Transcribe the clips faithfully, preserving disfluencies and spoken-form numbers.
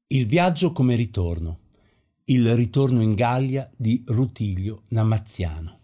Il viaggio come ritorno. Il ritorno in Gallia di Rutilio Namaziano.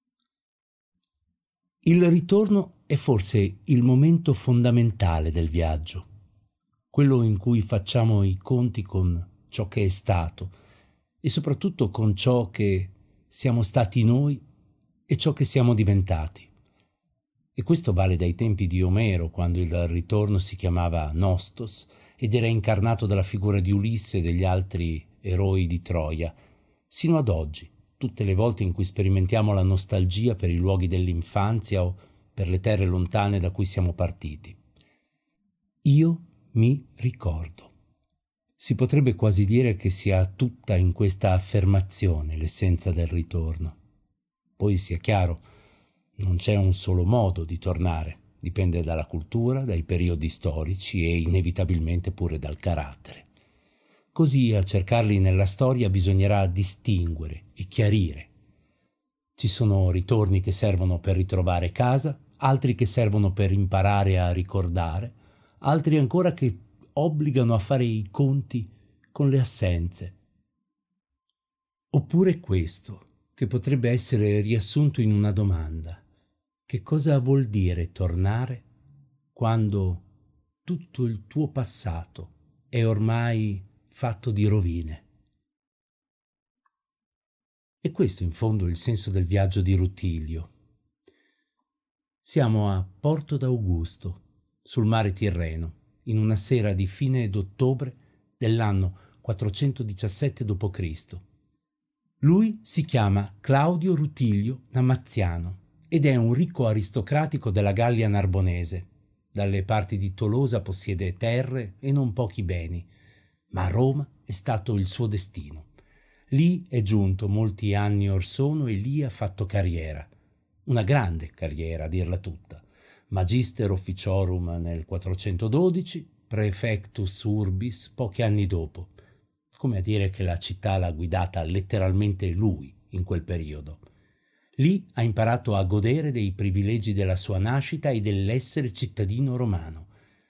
Il ritorno è forse il momento fondamentale del viaggio, quello in cui facciamo i conti con ciò che è stato e soprattutto con ciò che siamo stati noi e ciò che siamo diventati. E questo vale dai tempi di Omero, quando il ritorno si chiamava Nostos ed era incarnato dalla figura di Ulisse e degli altri eroi di Troia, sino ad oggi, tutte le volte in cui sperimentiamo la nostalgia per i luoghi dell'infanzia o per le terre lontane da cui siamo partiti. Io mi ricordo. Si potrebbe quasi dire che sia tutta in questa affermazione l'essenza del ritorno. Poi sia chiaro, non c'è un solo modo di tornare. Dipende dalla cultura, dai periodi storici e inevitabilmente pure dal carattere. Così a cercarli nella storia bisognerà distinguere e chiarire. Ci sono ritorni che servono per ritrovare casa, altri che servono per imparare a ricordare, altri ancora che obbligano a fare i conti con le assenze. Oppure questo, che potrebbe essere riassunto in una domanda. Che cosa vuol dire tornare quando tutto il tuo passato è ormai fatto di rovine? E questo in fondo è il senso del viaggio di Rutilio. Siamo a Porto d'Augusto, sul mare Tirreno, in una sera di fine d'ottobre dell'anno quattrocentodiciassette dopo Cristo Lui si chiama Claudio Rutilio Namaziano ed è un ricco aristocratico della Gallia Narbonese. Dalle parti di Tolosa possiede terre e non pochi beni, ma Roma è stato il suo destino. Lì è giunto molti anni or sono e lì ha fatto carriera. Una grande carriera, a dirla tutta. Magister officiorum nel quattrocentododici, praefectus urbis pochi anni dopo. Come a dire che la città l'ha guidata letteralmente lui in quel periodo. Lì ha imparato a godere dei privilegi della sua nascita e dell'essere cittadino romano.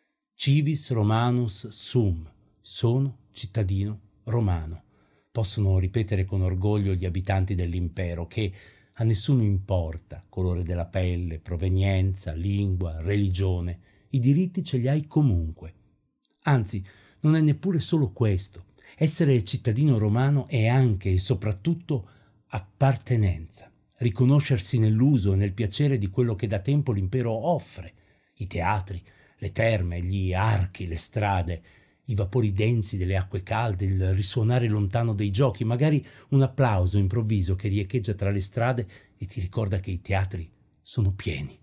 Civis Romanus sum, sono cittadino romano. Possono ripetere con orgoglio gli abitanti dell'impero che a nessuno importa colore della pelle, provenienza, lingua, religione. I diritti ce li hai comunque. Anzi, non è neppure solo questo. Essere cittadino romano è anche e soprattutto appartenenza. Riconoscersi nell'uso e nel piacere di quello che da tempo l'impero offre, i teatri, le terme, gli archi, le strade, i vapori densi delle acque calde, il risuonare lontano dei giochi, magari un applauso improvviso che riecheggia tra le strade e ti ricorda che i teatri sono pieni.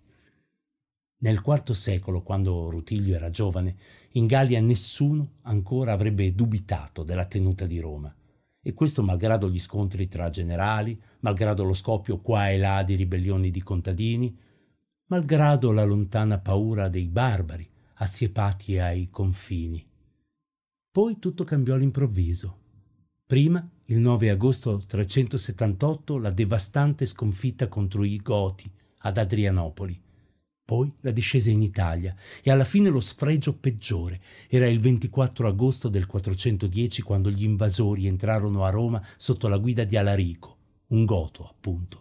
Nel quarto secolo, quando Rutilio era giovane, in Gallia nessuno ancora avrebbe dubitato della tenuta di Roma. E questo malgrado gli scontri tra generali, malgrado lo scoppio qua e là di ribellioni di contadini, malgrado la lontana paura dei barbari assiepati ai confini. Poi tutto cambiò all'improvviso. Prima, il nove agosto trecentosettantotto, la devastante sconfitta contro i Goti ad Adrianopoli. Poi la discesa in Italia e alla fine lo sfregio peggiore. Era il ventiquattro agosto del quattrocentodieci quando gli invasori entrarono a Roma sotto la guida di Alarico, un goto appunto.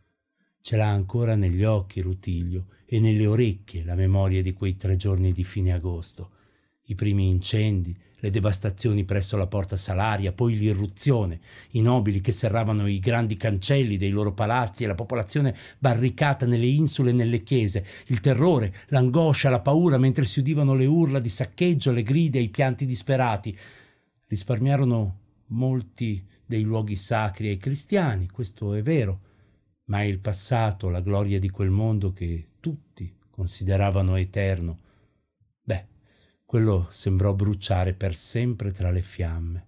Ce l'ha ancora negli occhi Rutilio e nelle orecchie la memoria di quei tre giorni di fine agosto. I primi incendi, le devastazioni presso la Porta Salaria, poi l'irruzione, i nobili che serravano i grandi cancelli dei loro palazzi e la popolazione barricata nelle insule e nelle chiese, il terrore, l'angoscia, la paura mentre si udivano le urla di saccheggio, le grida e i pianti disperati. Risparmiarono molti dei luoghi sacri ai cristiani, questo è vero, ma il passato, la gloria di quel mondo che tutti consideravano eterno, beh, quello sembrò bruciare per sempre tra le fiamme.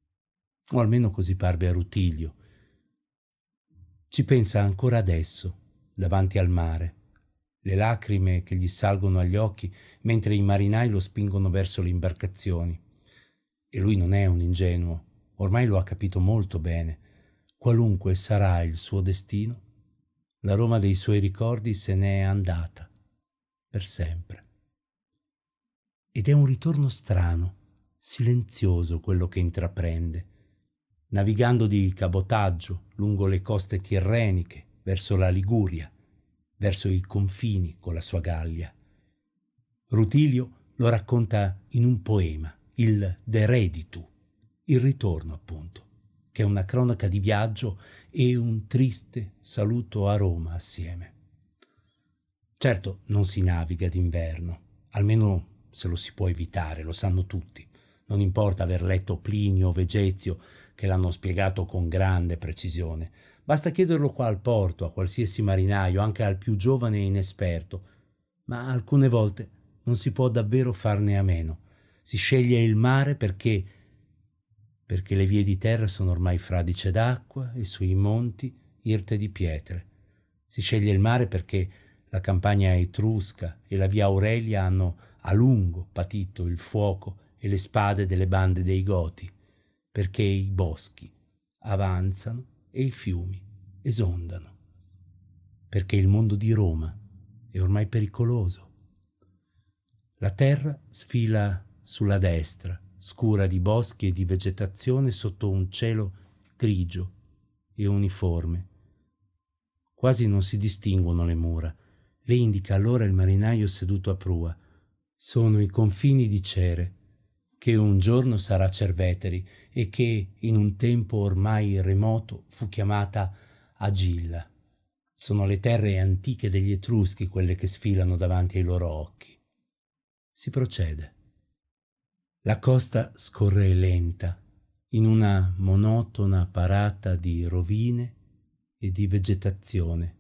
O almeno così parve a Rutilio. Ci pensa ancora adesso, davanti al mare, le lacrime che gli salgono agli occhi mentre i marinai lo spingono verso le imbarcazioni. E lui non è un ingenuo, ormai lo ha capito molto bene. Qualunque sarà il suo destino, la Roma dei suoi ricordi se n'è andata, per sempre. Ed è un ritorno strano, silenzioso quello che intraprende, navigando di cabotaggio lungo le coste tirreniche, verso la Liguria, verso i confini con la sua Gallia. Rutilio lo racconta in un poema, il De Reditu, il ritorno appunto, che è una cronaca di viaggio e un triste saluto a Roma assieme. Certo, non si naviga d'inverno, almeno se lo si può evitare, lo sanno tutti. Non importa aver letto Plinio o Vegezio, che l'hanno spiegato con grande precisione. Basta chiederlo qua al porto, a qualsiasi marinaio, anche al più giovane e inesperto. Ma alcune volte non si può davvero farne a meno. Si sceglie il mare perché, perché le vie di terra sono ormai fradice d'acqua e sui monti irte di pietre. Si sceglie il mare perché la campagna etrusca e la via Aurelia hanno a lungo patito il fuoco e le spade delle bande dei Goti, perché i boschi avanzano e i fiumi esondano, perché il mondo di Roma è ormai pericoloso. La terra sfila sulla destra, scura di boschi e di vegetazione sotto un cielo grigio e uniforme. Quasi non si distinguono le mura. Le indica allora il marinaio seduto a prua. Sono i confini di Cere, che un giorno sarà Cerveteri e che in un tempo ormai remoto fu chiamata Agilla. Sono le terre antiche degli Etruschi quelle che sfilano davanti ai loro occhi. Si procede. La costa scorre lenta, in una monotona parata di rovine e di vegetazione.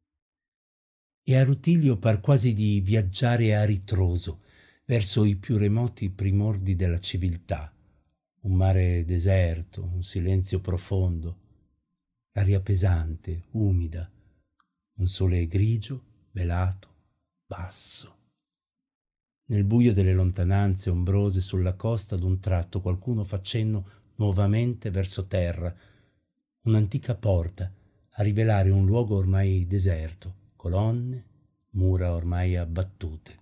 E a Rutilio par quasi di viaggiare a ritroso, verso i più remoti primordi della civiltà. Un mare deserto, un silenzio profondo, l'aria pesante, umida, un sole grigio, velato, basso. Nel buio delle lontananze ombrose sulla costa d'un tratto qualcuno fa cenno nuovamente verso terra, un'antica porta a rivelare un luogo ormai deserto, colonne, mura ormai abbattute.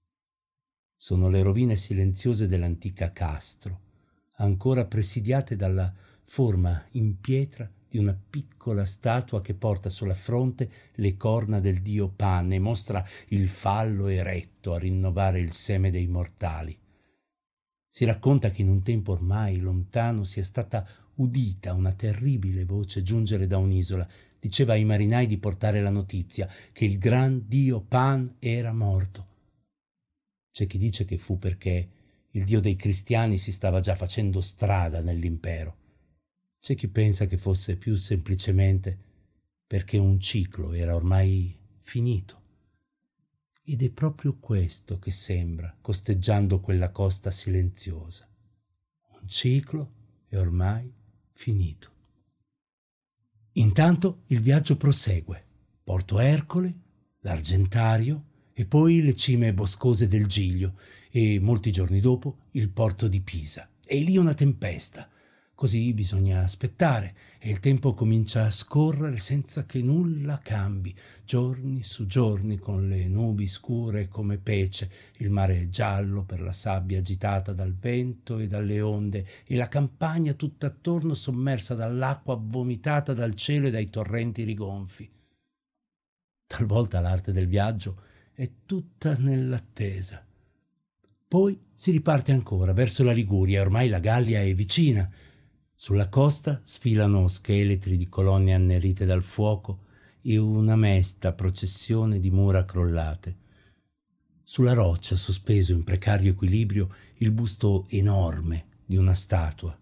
Sono le rovine silenziose dell'antica Castro, ancora presidiate dalla forma in pietra di una piccola statua che porta sulla fronte le corna del dio Pan e mostra il fallo eretto a rinnovare il seme dei mortali. Si racconta che in un tempo ormai lontano sia stata udita una terribile voce giungere da un'isola. Diceva ai marinai di portare la notizia che il gran dio Pan era morto. C'è chi dice che fu perché il dio dei cristiani si stava già facendo strada nell'impero. C'è chi pensa che fosse più semplicemente perché un ciclo era ormai finito. Ed è proprio questo che sembra costeggiando quella costa silenziosa. Un ciclo è ormai finito. Intanto il viaggio prosegue. Porto Ercole, l'Argentario e poi le cime boscose del Giglio e molti giorni dopo il porto di Pisa. E lì una tempesta. Così bisogna aspettare e il tempo comincia a scorrere senza che nulla cambi, giorni su giorni con le nubi scure come pece, il mare giallo per la sabbia agitata dal vento e dalle onde e la campagna tutta attorno sommersa dall'acqua vomitata dal cielo e dai torrenti rigonfi. Talvolta l'arte del viaggio è tutta nell'attesa. Poi si riparte ancora verso la Liguria, ormai la Gallia è vicina. Sulla costa sfilano scheletri di colonne annerite dal fuoco e una mesta processione di mura crollate. Sulla roccia, sospeso in precario equilibrio, il busto enorme di una statua,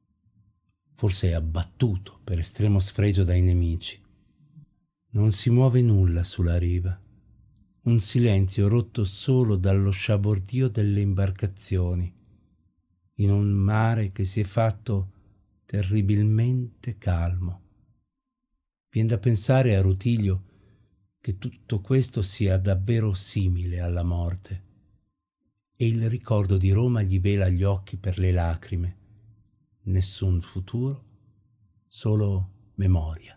forse abbattuto per estremo sfregio dai nemici. Non si muove nulla sulla riva, un silenzio rotto solo dallo sciabordio delle imbarcazioni, in un mare che si è fatto terribilmente calmo. Vien da pensare a Rutilio che tutto questo sia davvero simile alla morte e il ricordo di Roma gli vela gli occhi per le lacrime. Nessun futuro, solo memoria.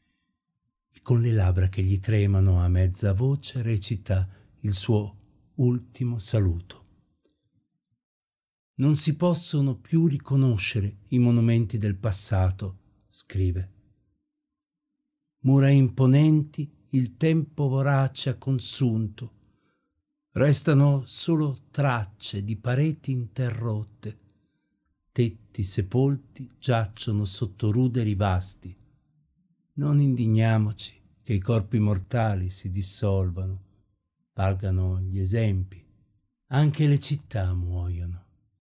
E con le labbra che gli tremano a mezza voce recita il suo ultimo saluto. Non si possono più riconoscere i monumenti del passato, scrive. Mura imponenti il tempo vorace ha consunto. Restano solo tracce di pareti interrotte. Tetti sepolti giacciono sotto ruderi vasti. Non indigniamoci che i corpi mortali si dissolvano, valgano gli esempi. Anche le città muoiono.